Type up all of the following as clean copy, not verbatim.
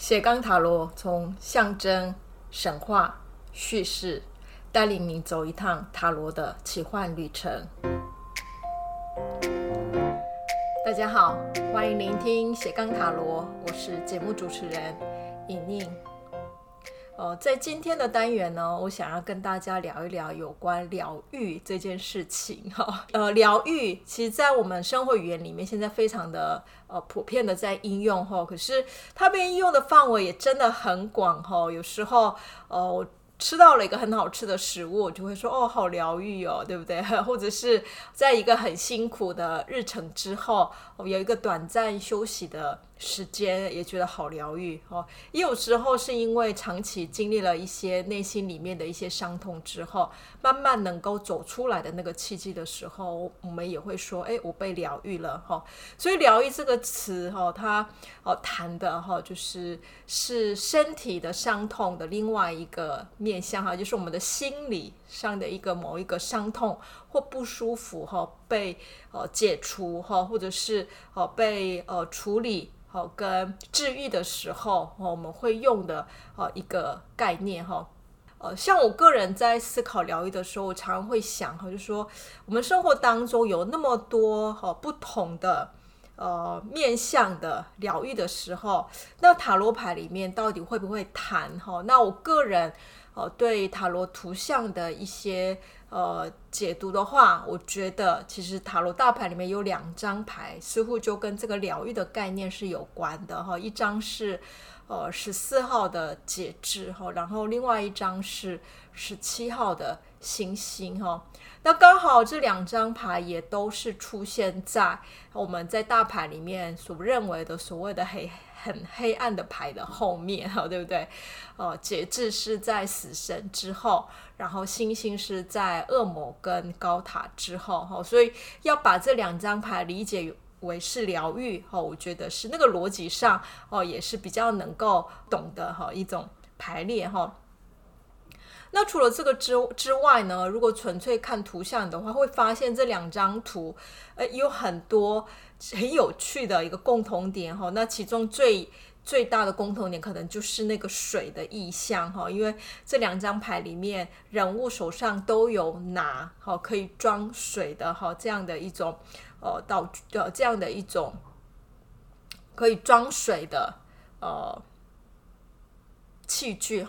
斜杠塔罗从象征、神话、叙事，带领你走一趟塔罗的奇幻旅程。大家好，欢迎聆听斜杠塔罗，我是节目主持人莹莹。在今天的单元呢，我想要跟大家聊一聊有关疗愈这件事情。疗愈其实在我们生活语言里面现在非常的普遍的在应用，可是它被应用的范围也真的很广。有时候我吃到了一个很好吃的食物，我就会说好疗愈哦，对不对？或者是在一个很辛苦的日程之后，有一个短暂休息的时间，也觉得好疗愈。也有时候是因为长期经历了一些内心里面的一些伤痛之后，慢慢能够走出来的那个契机的时候，我们也会说我被疗愈了。所以疗愈这个词它谈的就是身体的伤痛的另外一个面向，就是我们的心理上的某一个伤痛或不舒服被解除或者是被处理跟治愈的时候我们会用的一个概念。像我个人在思考疗愈的时候，我常常会想就是说我们生活当中有那么多不同的面向的疗愈的时候，那塔罗牌里面到底会不会谈？那我个人对塔罗图像的一些解读的话，我觉得其实塔罗大牌里面有2张牌似乎就跟这个疗愈的概念是有关的。一张是14号的节制，然后另外一张是17号的星星。那刚好这2张牌也都是出现在我们在大牌里面所认为的所谓的很黑暗的牌的后面，对不对？节制是在死神之后，然后星星是在恶魔跟高塔之后，所以要把这2张牌理解为是疗愈，我觉得是那个逻辑上也是比较能够懂的一种排列。那除了这个之外呢，如果纯粹看图像的话，会发现这2张图有很多很有趣的一个共同点。那其中最大的共同点可能就是那个水的意象，因为这2张牌里面人物手上都有拿可以装水的这样的一种道具，这样的一种可以装水的器具。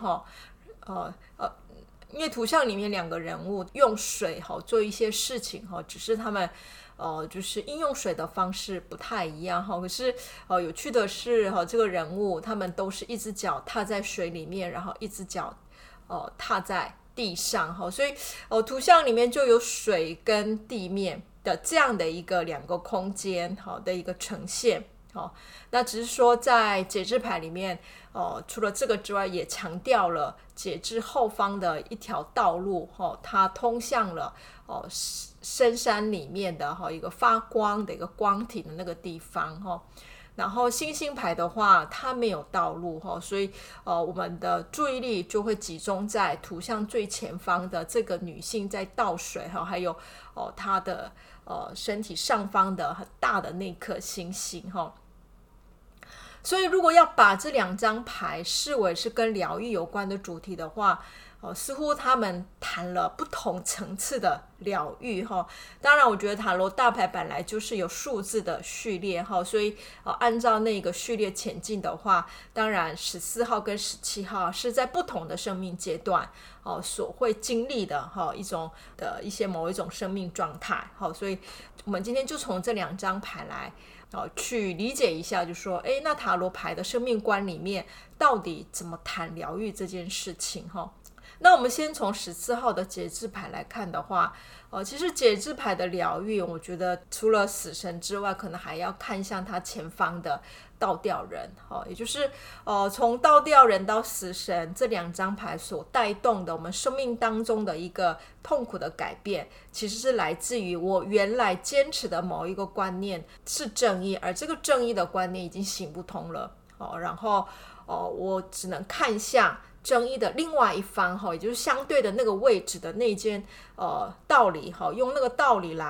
因为图像里面2个人物用水做一些事情，只是他们就是应用水的方式不太一样。可是有趣的是这个人物他们都是一只脚踏在水里面，然后一只脚踏在地上。所以图像里面就有水跟地面的这样的2个空间的一个呈现。那只是说在节制牌里面除了这个之外，也强调了节制后方的一条道路它通向了深山里面的一个发光的一个光体的那个地方。然后星星牌的话它没有道路，所以我们的注意力就会集中在图像最前方的这个女性在倒水，还有她的身体上方的很大的那颗星星。所以如果要把这2张牌视为是跟疗愈有关的主题的话，似乎他们谈了不同层次的疗愈。当然我觉得塔罗大牌本来就是有数字的序列，所以按照那个序列前进的话，当然14号跟17号是在不同的生命阶段所会经历的某一种生命状态。所以我们今天就从这2张牌来去理解一下，就说那塔罗牌的生命观里面到底怎么谈疗愈这件事情。那我们先从14号的节制牌来看的话，其实节制牌的疗愈，我觉得除了死神之外，可能还要看向它前方的倒吊人。也就是从倒吊人到死神这2张牌所带动的我们生命当中的一个痛苦的改变，其实是来自于我原来坚持的某一个观念是正义，而这个正义的观念已经行不通了。然后我只能看向正义的另外一方，也就是相对的那个位置的那件道理，用那个道理来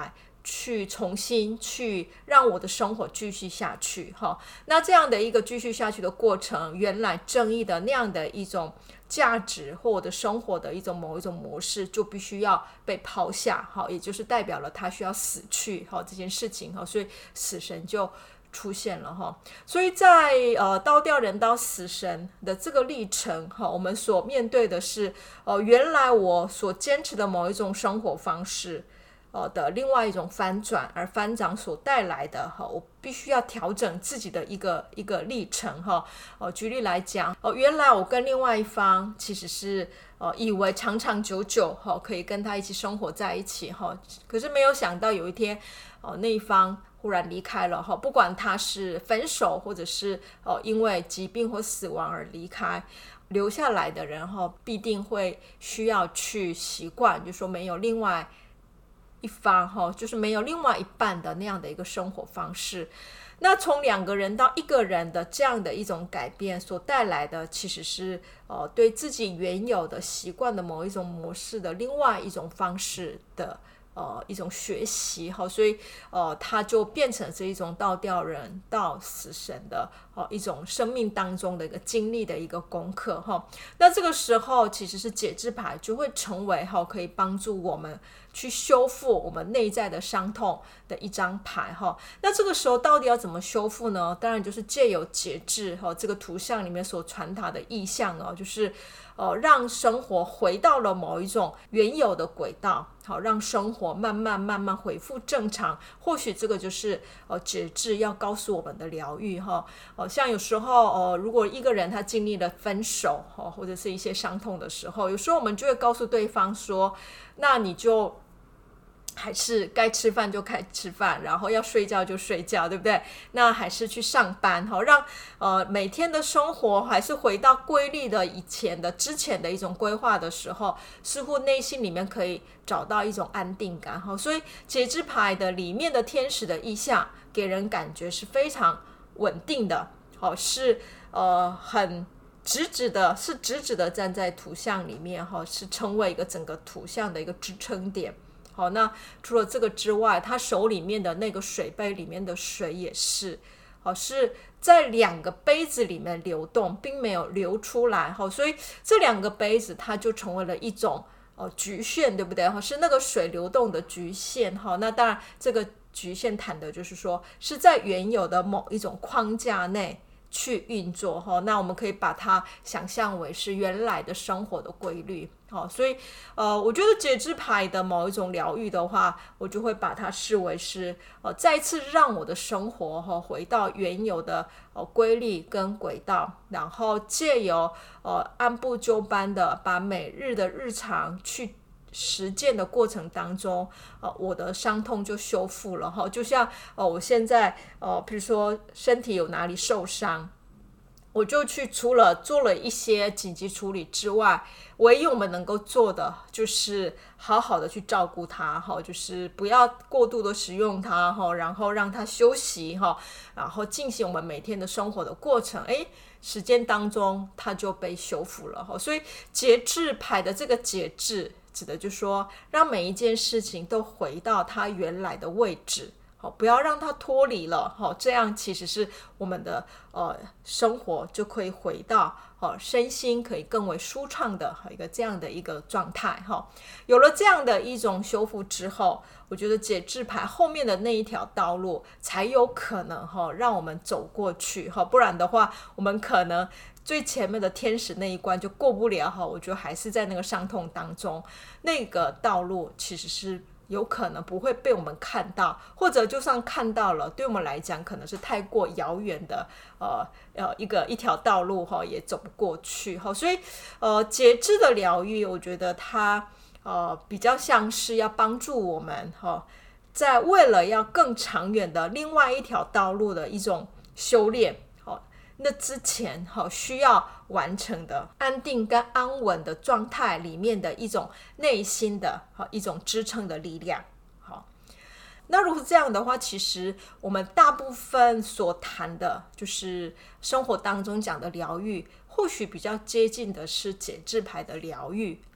去重新去让我的生活继续下去那这样的一个继续下去的过程，原来正义的那样的一种价值或我的生活的某一种模式就必须要被抛下也就是代表了他需要死去这件事情所以死神就出现了所以在刀掉人刀死神的这个历程我们所面对的是原来我所坚持的某一种生活方式的另外一种翻转，而翻转所带来的我必须要调整自己的一个历程举例来讲原来我跟另外一方其实是以为长长久久可以跟他一起生活在一起可是没有想到有一天那一方忽然离开了不管他是分手或者是因为疾病或死亡而离开，留下来的人必定会需要去习惯，就说没有另外一方就是没有另外一半的那样的一个生活方式。那从2个人到1个人的这样的一种改变所带来的，其实是对自己原有的习惯的某一种模式的另外一种方式的一种学习所以它就变成这一种倒吊人到死神的一种生命当中的一个经历的一个功课那这个时候其实是节制牌就会成为可以帮助我们去修复我们内在的伤痛的一张牌那这个时候到底要怎么修复呢？当然就是借由节制这个图像里面所传达的意象就是让生活回到了某一种原有的轨道让生活慢慢恢复正常。或许这个就是节制要告诉我们的疗愈像有时候如果一个人他经历了分手或者是一些伤痛的时候，有时候我们就会告诉对方说，那你就还是该吃饭就该吃饭，然后要睡觉就睡觉，对不对？那还是去上班让每天的生活还是回到规律的之前的一种规划的时候，似乎内心里面可以找到一种安定感所以节制牌的里面的天使的意象给人感觉是非常稳定的是很直直的站在图像里面是成为一个整个图像的一个支撑点那除了这个之外，他手里面的那个水杯里面的水也是在2个杯子里面流动，并没有流出来所以这2个杯子它就成为了一种局限，对不对是那个水流动的局限那当然这个局限谈的就是说是在原有的某一种框架内去运作那我们可以把它想象为是原来的生活的规律所以我觉得节制牌的某一种疗愈的话，我就会把它视为是再次让我的生活回到原有的规律跟轨道，然后借由按部就班的把每日的日常去实践的过程当中我的伤痛就修复了就像我现在比如说身体有哪里受伤，我就去除了做了一些紧急处理之外，唯一我们能够做的就是好好的去照顾它就是不要过度的使用它然后让它休息然后进行我们每天的生活的过程时间当中它就被修复了所以节制牌的这个节制指的就是说让每一件事情都回到它原来的位置不要让它脱离了这样其实是我们的生活就可以回到身心可以更为舒畅的一个这样的一个状态有了这样的一种修复之后，我觉得节制牌后面的那一条道路才有可能让我们走过去不然的话我们可能最前面的天使那一关就过不了我觉得还是在那个伤痛当中，那个道路其实是有可能不会被我们看到，或者就算看到了，对我们来讲可能是太过遥远的一条道路也走不过去所以节制的疗愈，我觉得它比较像是要帮助我们在为了要更长远的另外一条道路的一种修炼那之前需要完成的安定跟安稳的状态里面的一种内心的一种支撑的力量那如果这样的话，其实我们大部分所谈的就是生活当中讲的疗愈，或许比较接近的是节制牌的疗愈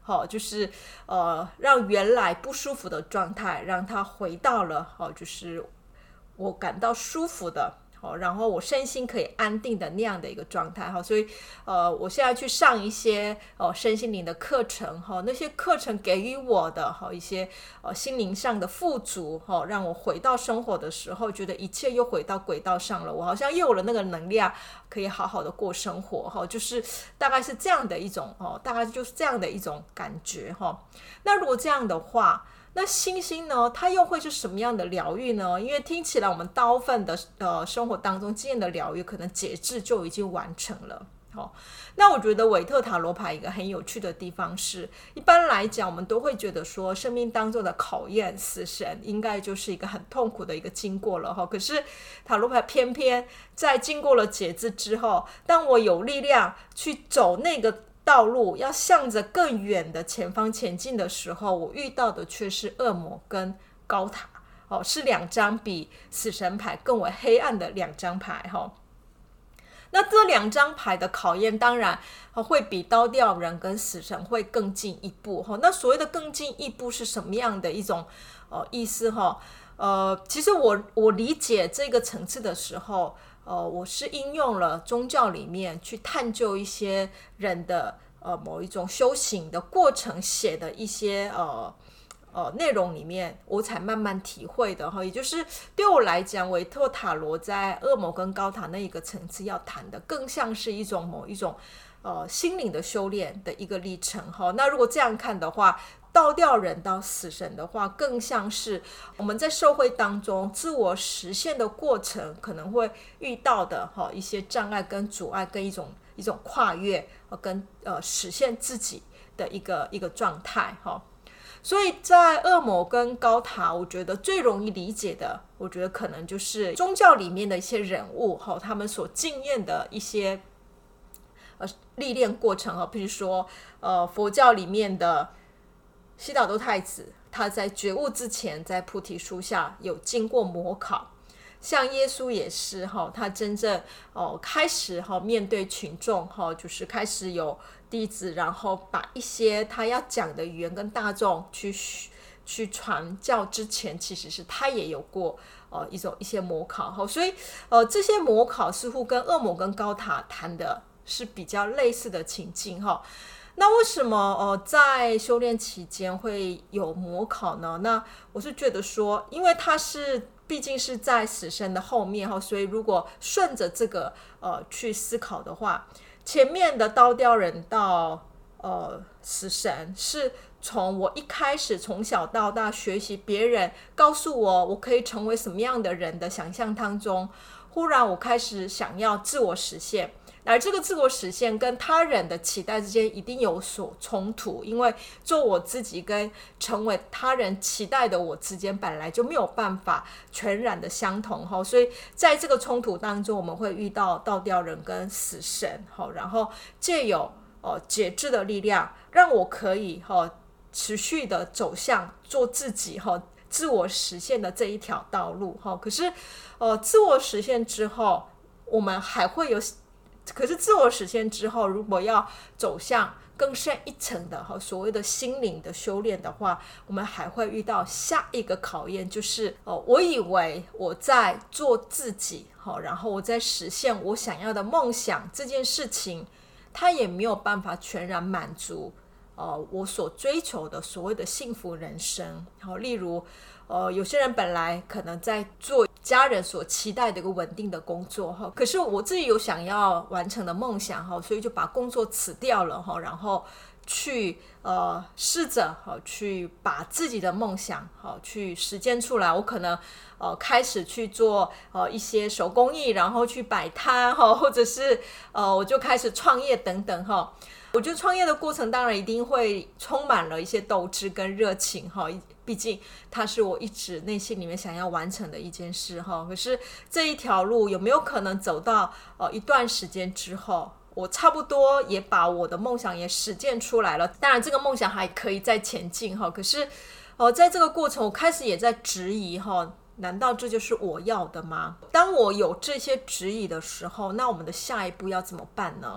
就是让原来不舒服的状态让它回到了就是我感到舒服的，然后我身心可以安定的那样的一个状态。所以我现在去上一些身心灵的课程，那些课程给予我的一些心灵上的富足，让我回到生活的时候觉得一切又回到轨道上了，我好像又有了那个能量可以好好的过生活，就是大概是这样的一种大概就是这样的一种感觉。那如果这样的话，那星星呢，它又会是什么样的疗愈呢？因为听起来我们大部分的生活当中经验的疗愈可能节制就已经完成了。那我觉得韦特塔罗牌一个很有趣的地方是，一般来讲我们都会觉得说生命当中的考验死神应该就是一个很痛苦的一个经过了，可是塔罗牌偏偏在经过了节制之后，当我有力量去走那个道路，要向着更远的前方前进的时候，我遇到的却是恶魔跟高塔，是两张比死神牌更为黑暗的两张牌。那这两张牌的考验当然会比刀吊人跟死神会更进一步。那所谓的更进一步是什么样的一种意思？其实我理解这个层次的时候，我是应用了宗教里面去探究一些人的某一种修行的过程写的一些内容里面，我才慢慢体会的。也就是对我来讲，韦特塔罗在恶魔跟高塔那一个层次要谈的更像是某一种心灵的修炼的一个历程。那如果这样看的话，倒吊人到死神的话，更像是我们在社会当中自我实现的过程可能会遇到的一些障碍跟阻碍，跟一种跨越跟实现自己的一个状态。所以在恶魔跟高塔，我觉得最容易理解的，我觉得可能就是宗教里面的一些人物他们所经验的一些历练过程。比如说佛教里面的悉达多太子，他在觉悟之前在菩提树下有经过模考，像耶稣也是他真正开始面对群众就是开始有弟子，然后把一些他要讲的语言跟大众去传教之前，其实是他也有过一些模考。所以这些模考似乎跟恶魔跟高塔谈的是比较类似的情境。那为什么在修炼期间会有模考呢？那我是觉得说，因为它毕竟是在死神的后面，所以如果顺着这个去思考的话，前面的刀雕人到死神是从我一开始从小到大学习别人告诉我可以成为什么样的人的想象当中，忽然我开始想要自我实现，而这个自我实现跟他人的期待之间一定有所冲突，因为做我自己跟成为他人期待的我之间本来就没有办法全然的相同，所以在这个冲突当中，我们会遇到倒吊人跟死神，然后藉由节制的力量，让我可以持续的走向做自己自我实现的这一条道路。可是自我实现之后，我们还会有，可是自我实现之后，如果要走向更深一层的所谓的心灵的修炼的话，我们还会遇到下一个考验，就是我以为我在做自己，然后我在实现我想要的梦想这件事情，它也没有办法全然满足我所追求的所谓的幸福人生。例如有些人本来可能在做家人所期待的一个稳定的工作，可是我自己有想要完成的梦想，所以就把工作辞掉了，然后去试着去把自己的梦想去实践出来。我可能开始去做一些手工艺，然后去摆摊，或者是我就开始创业等等。我觉得创业的过程当然一定会充满了一些斗志跟热情，毕竟它是我一直内心里面想要完成的一件事。可是这一条路有没有可能走到一段时间之后，我差不多也把我的梦想也实践出来了，当然这个梦想还可以再前进，可是在这个过程我开始也在质疑，难道这就是我要的吗？当我有这些质疑的时候，那我们的下一步要怎么办呢？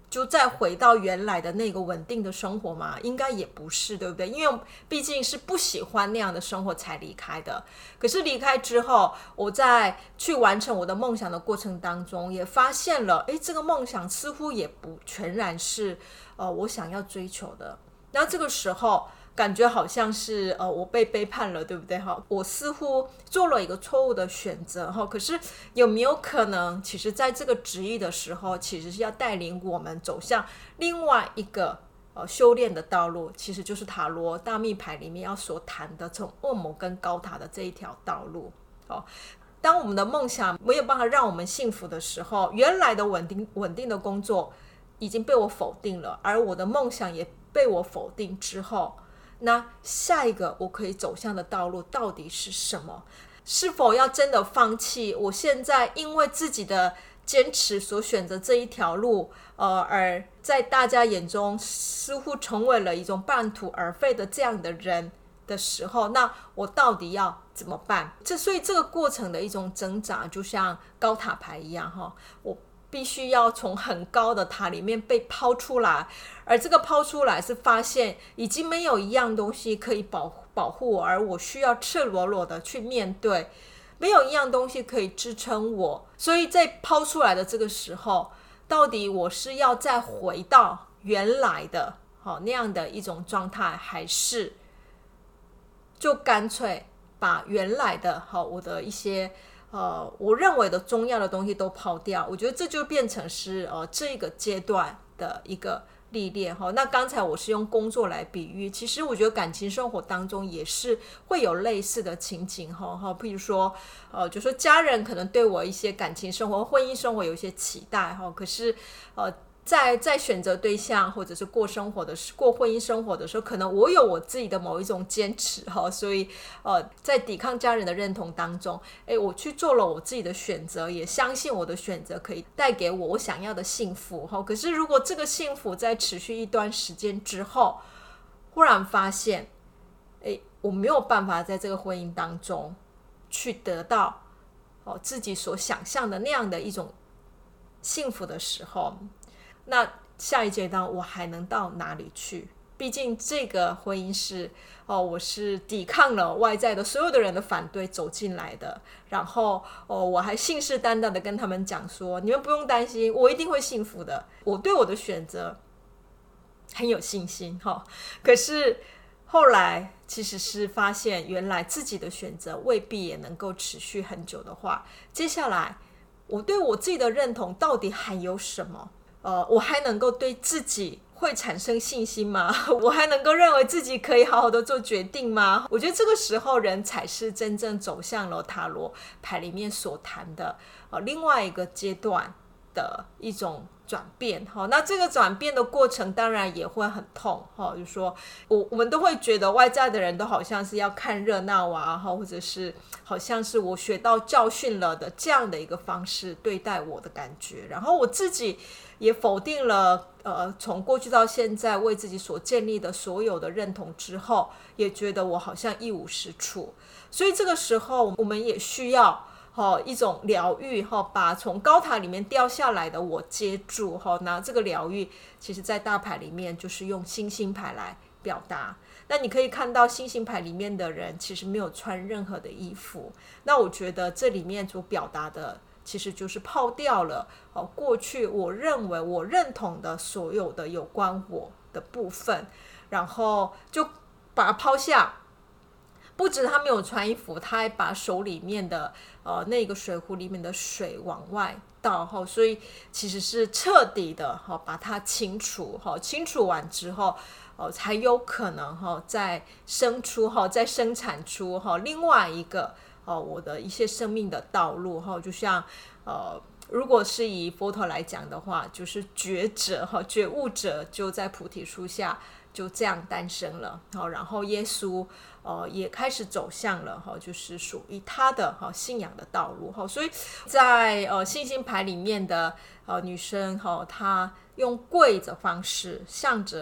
就再回到原来的那个稳定的生活吗？应该也不是，对不对？因为毕竟是不喜欢那样的生活才离开的。可是离开之后，我在去完成我的梦想的过程当中，也发现了，这个梦想似乎也不全然是我想要追求的。那这个时候感觉好像是我被背叛了，对不对？我似乎做了一个错误的选择。可是有没有可能其实在这个旨意的时候，其实是要带领我们走向另外一个修炼的道路，其实就是塔罗大密牌里面要所谈的从恶魔跟高塔的这一条道路。当我们的梦想没有办法让我们幸福的时候，原来的稳定的工作已经被我否定了，而我的梦想也被我否定之后，那下一个我可以走向的道路到底是什么？是否要真的放弃我现在因为自己的坚持所选择这一条路，而在大家眼中似乎成为了一种半途而废的这样的人的时候，那我到底要怎么办？所以这个过程的一种挣扎，就像高塔牌一样，我必须要从很高的塔里面被抛出来，而这个抛出来是发现已经没有一样东西可以保护我，而我需要赤裸裸的去面对，没有一样东西可以支撑我。所以在抛出来的这个时候，到底我是要再回到原来的那样的一种状态，还是就干脆把原来的我的一些我认为的重要的东西都抛掉？我觉得这就变成是这个阶段的一个历练。那刚才我是用工作来比喻，其实我觉得感情生活当中也是会有类似的情景。譬如说就说家人可能对我一些感情生活婚姻生活有一些期待，可是在选择对象或者是过婚姻生活的时候，可能我有我自己的某一种坚持，所以在抵抗家人的认同当中，我去做了我自己的选择，也相信我的选择可以带给我想要的幸福。可是如果这个幸福在持续一段时间之后，忽然发现我没有办法在这个婚姻当中去得到自己所想象的那样的一种幸福的时候，那下一阶段我还能到哪里去？毕竟这个婚姻是我是抵抗了外在的所有的人的反对走进来的，然后我还信誓旦旦的跟他们讲说，你们不用担心，我一定会幸福的，我对我的选择很有信心。可是后来其实是发现原来自己的选择未必也能够持续很久的话，接下来我对我自己的认同到底还有什么？我还能够对自己会产生信心吗？我还能够认为自己可以好好的做决定吗？我觉得这个时候人才是真正走向了塔罗牌里面所谈的另外一个阶段的一种转变。那这个转变的过程当然也会很痛，就是说我们都会觉得外在的人都好像是要看热闹啊，或者是好像是我学到教训了的这样的一个方式对待我的感觉，然后我自己也否定了从过去到现在为自己所建立的所有的认同之后，也觉得我好像一无是处。所以这个时候我们也需要一种疗愈，把从高塔里面掉下来的我接住。那这个疗愈其实在大牌里面就是用星星牌来表达。那你可以看到星星牌里面的人其实没有穿任何的衣服，那我觉得这里面所表达的其实就是抛掉了过去我认为我认同的所有的有关我的部分，然后就把它抛下。不止他没有穿衣服，他还把手里面的那个水壶里面的水往外倒，所以其实是彻底的把它清除，清除完之后才有可能再再生产出另外一个我的一些生命的道路。就像如果是以佛陀来讲的话，就是觉悟者就在菩提树下就这样诞生了。然后耶稣也开始走向了就是属于他的信仰的道路。所以在星星牌里面的女生她用跪的方式向着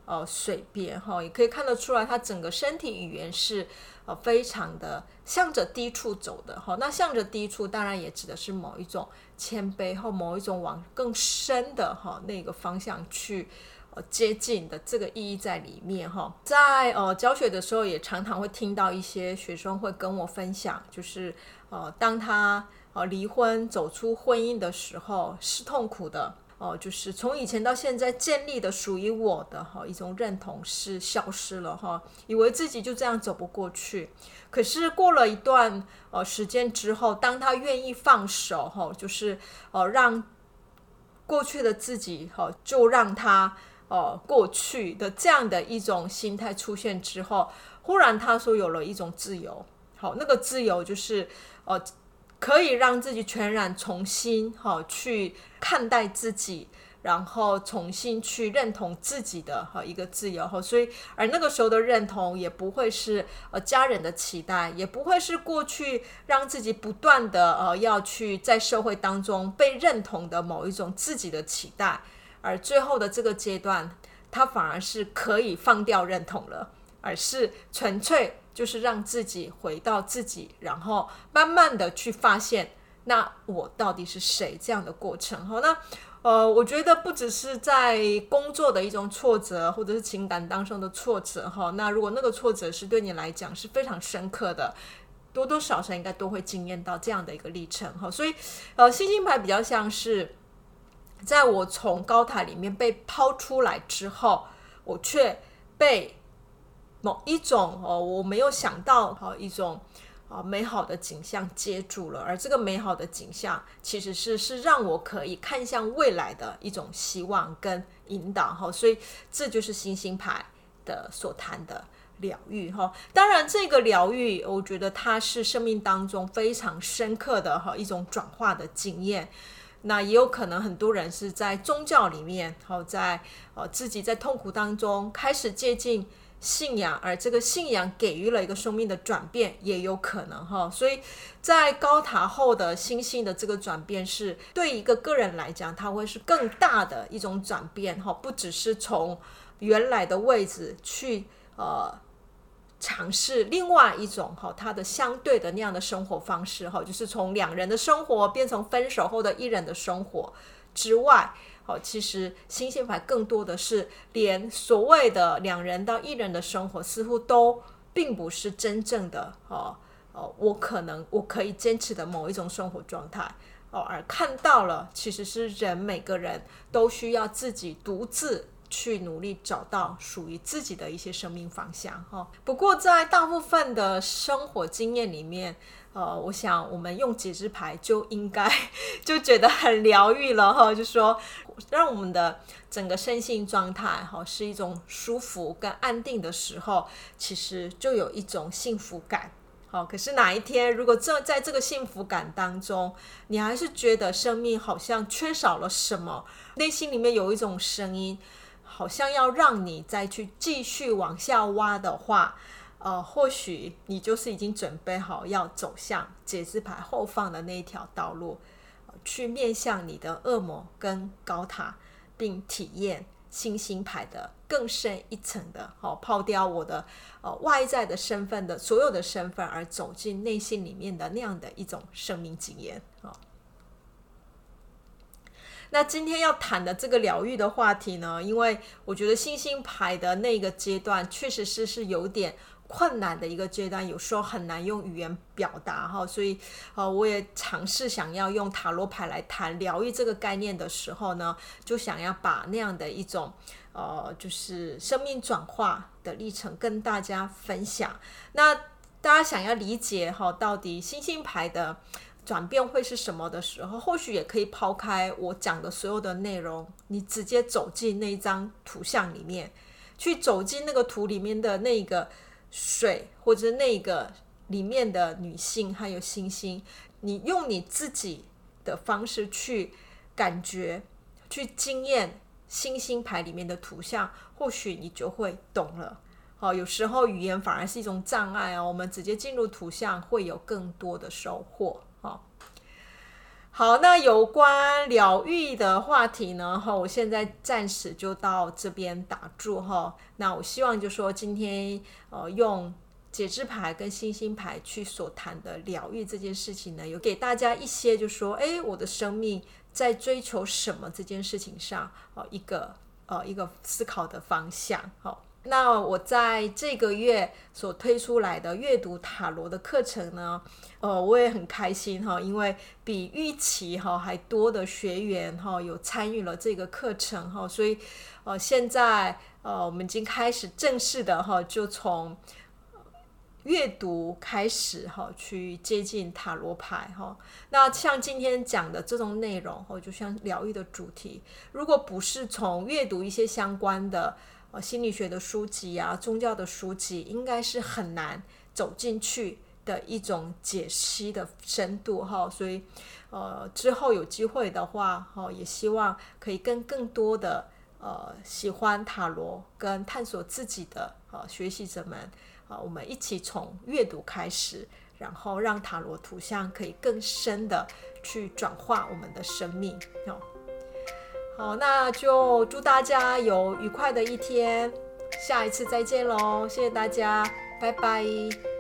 水边也可以看得出来，他整个身体语言是非常的向着低处走的那向着低处当然也指的是某一种谦卑或某一种往更深的那个方向去接近的这个意义在里面在教学的时候也常常会听到一些学生会跟我分享，就是当他离婚走出婚姻的时候是痛苦的就是从以前到现在建立的属于我的一种认同是消失了以为自己就这样走不过去，可是过了一段时间之后，当他愿意放手就是让过去的自己就让他过去的这样的一种心态出现之后，忽然他说有了一种自由那个自由就是可以让自己全然重新去看待自己，然后重新去认同自己的一个自由所以而那个时候的认同也不会是家人的期待，也不会是过去让自己不断的要去在社会当中被认同的某一种自己的期待，而最后的这个阶段他反而是可以放掉认同了，而是纯粹就是让自己回到自己，然后慢慢的去发现那我到底是谁这样的过程那我觉得不只是在工作的一种挫折，或者是情感当中的挫折那如果那个挫折是对你来讲是非常深刻的，多多少少应该都会经验到这样的一个历程所以星星牌比较像是在我从高塔里面被抛出来之后，我却被某一种我没有想到一种美好的景象接住了，而这个美好的景象其实是让我可以看向未来的一种希望跟引导所以这就是星星牌的所谈的疗愈当然这个疗愈我觉得它是生命当中非常深刻的一种转化的经验，那也有可能很多人是在宗教里面在自己在痛苦当中开始接近信仰，而这个信仰给予了一个生命的转变，也有可能所以在高塔后的星星的这个转变是对一个个人来讲，它会是更大的一种转变不只是从原来的位置去尝试另外一种它的相对的那样的生活方式就是从两人的生活变成分手后的一人的生活之外其实星星牌更多的是连所谓的两人到一人的生活似乎都并不是真正的我可以坚持的某一种生活状态而看到了其实是人每个人都需要自己独自去努力找到属于自己的一些生命方向不过在大部分的生活经验里面我想我们用节制牌就应该就觉得很疗愈了就说让我们的整个身心状态是一种舒服跟安定的时候，其实就有一种幸福感可是哪一天如果在这个幸福感当中你还是觉得生命好像缺少了什么，内心里面有一种声音好像要让你再去继续往下挖的话或许你就是已经准备好要走向节制牌后方的那一条道路去面向你的恶魔跟高塔，并体验星星牌的更深一层的抛掉我的外在的身份的所有的身份，而走进内心里面的那样的一种生命经验那今天要谈的这个疗愈的话题呢，因为我觉得星星牌的那个阶段确实是有点困难的一个阶段，有时候很难用语言表达所以我也尝试想要用塔罗牌来谈疗愈这个概念的时候呢，就想要把那样的一种就是生命转化的历程跟大家分享。那大家想要理解到底星星牌的转变会是什么的时候，或许也可以抛开我讲的所有的内容，你直接走进那一张图像里面，去走进那个图里面的那个水，或者那个里面的女性还有星星，你用你自己的方式去感觉去经验星星牌里面的图像，或许你就会懂了有时候语言反而是一种障碍我们直接进入图像会有更多的收获好，那有关疗愈的话题呢，我现在暂时就到这边打住哈。那我希望就说今天用节制牌跟星星牌去所谈的疗愈这件事情呢，有给大家一些就说，我的生命在追求什么这件事情上一个思考的方向。那我在这个月所推出来的阅读塔罗的课程呢，我也很开心因为比预期还多的学员有参与了这个课程所以现在我们已经开始正式的就从阅读开始去接近塔罗牌那像今天讲的这种内容就像疗愈的主题，如果不是从阅读一些相关的心理学的书籍啊，宗教的书籍，应该是很难走进去的一种解析的深度所以之后有机会的话也希望可以跟更多的喜欢塔罗跟探索自己的学习者们我们一起从阅读开始，然后让塔罗图像可以更深的去转化我们的生命好，那就祝大家有愉快的一天，下一次再见咯，谢谢大家，拜拜。